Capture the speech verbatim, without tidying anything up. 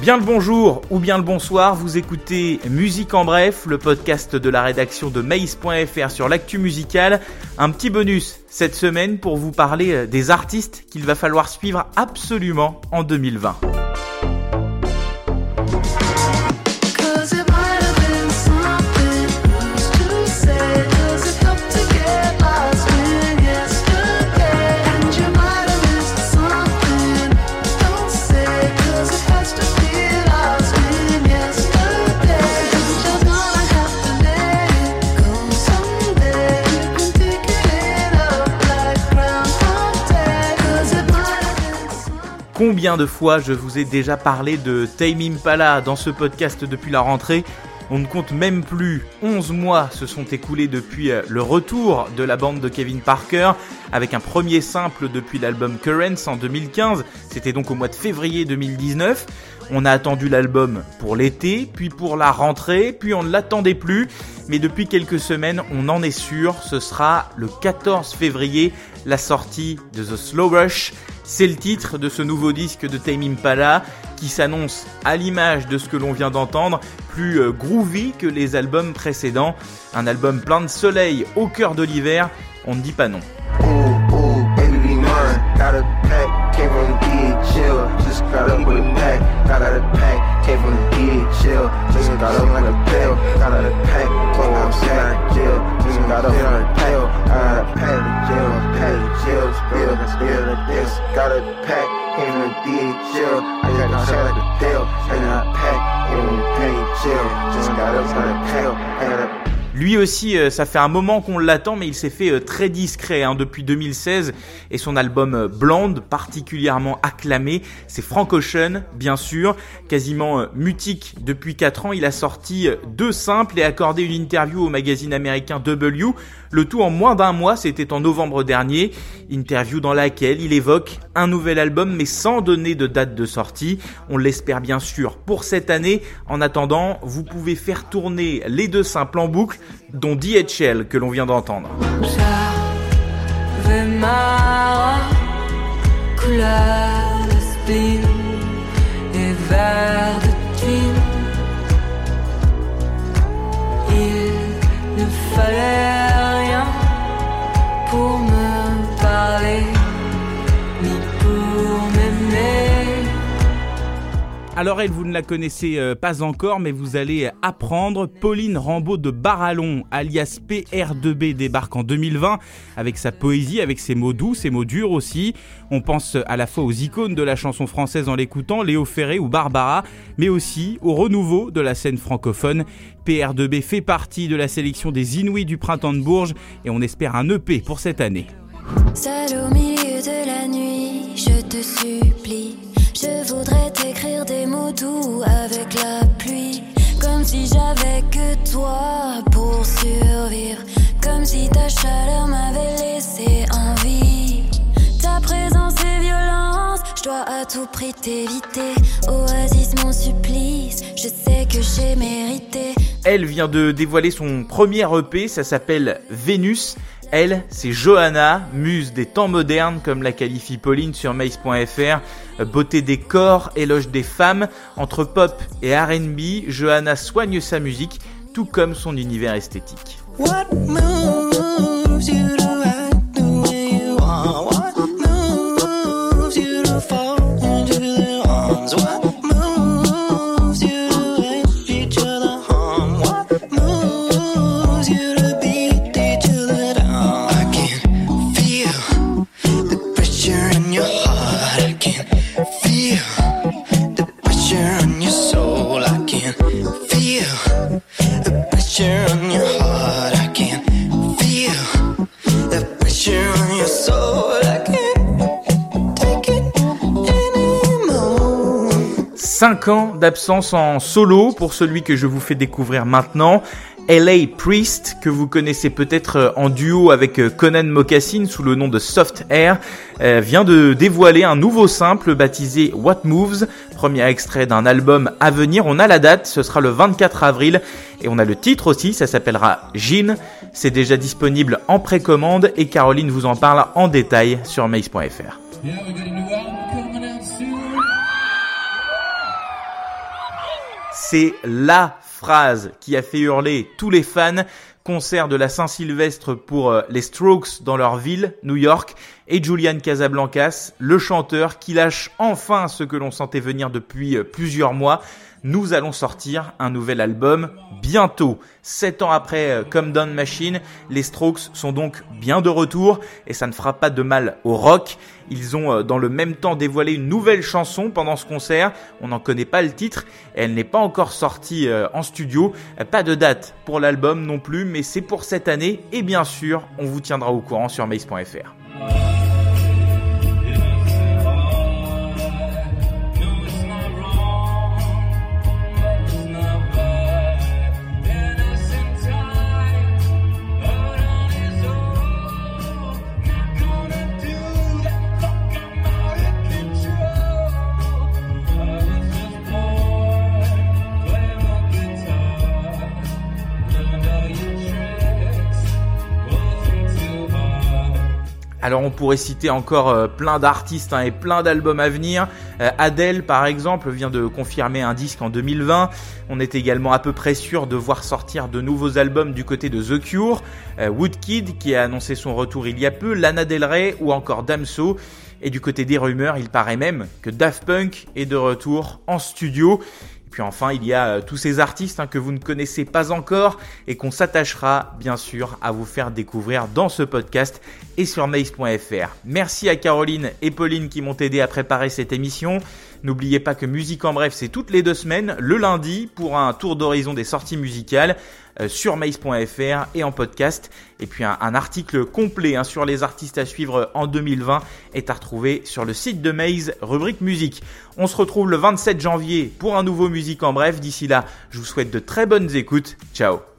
Bien le bonjour ou bien le bonsoir, vous écoutez Musique en bref, le podcast de la rédaction de Maze point F R sur l'actu musicale. Un petit bonus cette semaine pour vous parler des artistes qu'il va falloir suivre absolument en deux mille vingt. Combien de fois je vous ai déjà parlé de Tame Impala dans ce podcast depuis la rentrée ? On ne compte même plus, onze mois se sont écoulés depuis le retour de la bande de Kevin Parker, avec un premier simple depuis l'album Currents en deux mille quinze, c'était donc au mois de février deux mille dix-neuf. On a attendu l'album pour l'été, puis pour la rentrée, puis on ne l'attendait plus, mais depuis quelques semaines, on en est sûr, ce sera le quatorze février, la sortie de The Slow Rush. C'est le titre de ce nouveau disque de Tame Impala qui s'annonce, à l'image de ce que l'on vient d'entendre, plus groovy que les albums précédents. Un album plein de soleil au cœur de l'hiver, on ne dit pas non. Lui aussi, ça fait un moment qu'on l'attend, mais il s'est fait très discret hein, depuis deux mille seize et son album Blonde, particulièrement acclamé, c'est Frank Ocean, bien sûr, quasiment mutique depuis quatre ans. Il a sorti deux simples et accordé une interview au magazine américain W, le tout en moins d'un mois, c'était en novembre dernier, interview dans laquelle il évoque un nouvel album mais sans donner de date de sortie. On l'espère bien sûr pour cette année. En attendant, vous pouvez faire tourner les deux simples en boucle, dont D H L que l'on vient d'entendre. J'avais ma couleur de spleen et vert de jean. Il ne fallait rien pour me parler ni pour m'aimer. Alors elle, vous ne la connaissez euh, pas encore, mais vous allez apprendre. Pauline Rambaud de Barallon, alias P R deux B, débarque en deux mille vingt avec sa poésie, avec ses mots doux, ses mots durs aussi. On pense à la fois aux icônes de la chanson française en l'écoutant, Léo Ferré ou Barbara, mais aussi au renouveau de la scène francophone. P R deux B fait partie de la sélection des Inouïs du Printemps de Bourges et on espère un E P pour cette année. Seul au milieu de la nuit, je te supplie. Je voudrais t'écrire des mots doux avec la pluie, comme si j'avais que toi pour survivre, comme si ta chaleur m'avait laissé en vie. Ta présence est violence, je dois à tout prix t'éviter. Oasis mon supplice, je sais que j'ai mérité. Elle vient de dévoiler son premier E P, ça s'appelle Vénus. Elle, c'est Johanna, muse des temps modernes, comme la qualifie Pauline sur Maze point F R. Beauté des corps, éloge des femmes. Entre pop et R and B, Johanna soigne sa musique, tout comme son univers esthétique. What moves you to act the way you are? What moves you to fall into their arms? What moves you to let each other harm? What moves you to beat each other down? I can feel the pressure in your heart. I can feel the pressure on your soul. I can feel the pressure on your heart. I can feel the pressure on your soul. I can't take it anymore. Cinq ans d'absence en solo pour celui que je vous fais découvrir maintenant. L A Priest, que vous connaissez peut-être en duo avec Conan Mocassin sous le nom de Soft Air, euh, vient de dévoiler un nouveau simple baptisé What Moves, premier extrait d'un album à venir. On a la date, ce sera le vingt-quatre avril, et on a le titre aussi, ça s'appellera Jean. C'est déjà disponible en précommande et Caroline vous en parle en détail sur Maze point F R. Yeah, C'est la phrase qui a fait hurler tous les fans. Concert de la Saint-Sylvestre pour euh, les Strokes dans leur ville, New York, et Julian Casablancas, le chanteur qui lâche enfin ce que l'on sentait venir depuis euh, plusieurs mois. Nous allons sortir un nouvel album bientôt. Sept ans après euh, Come Down Machine, les Strokes sont donc bien de retour et ça ne fera pas de mal au rock. Ils ont euh, dans le même temps dévoilé une nouvelle chanson pendant ce concert. On n'en connaît pas le titre et elle n'est pas encore sortie euh, en studio. Euh, pas de date pour l'album non plus, mais c'est pour cette année et bien sûr, on vous tiendra au courant sur maze point f r. Alors on pourrait citer encore euh, plein d'artistes hein, et plein d'albums à venir. Euh, Adele par exemple vient de confirmer un disque en deux mille vingt. On est également à peu près sûr de voir sortir de nouveaux albums du côté de The Cure. Euh, Woodkid qui a annoncé son retour il y a peu, Lana Del Rey ou encore Damso. Et du côté des rumeurs, il paraît même que Daft Punk est de retour en studio. Puis enfin, il y a euh, tous ces artistes hein, que vous ne connaissez pas encore et qu'on s'attachera bien sûr à vous faire découvrir dans ce podcast et sur maze point f r. Merci à Caroline et Pauline qui m'ont aidé à préparer cette émission. N'oubliez pas que Musique en bref, c'est toutes les deux semaines, le lundi, pour un tour d'horizon des sorties musicales euh, sur maze point f r et en podcast. Et puis un, un article complet hein, sur les artistes à suivre en deux mille vingt est à retrouver sur le site de Maze, rubrique musique. On se retrouve le vingt-sept janvier pour un nouveau Musique en bref. D'ici là, je vous souhaite de très bonnes écoutes. Ciao.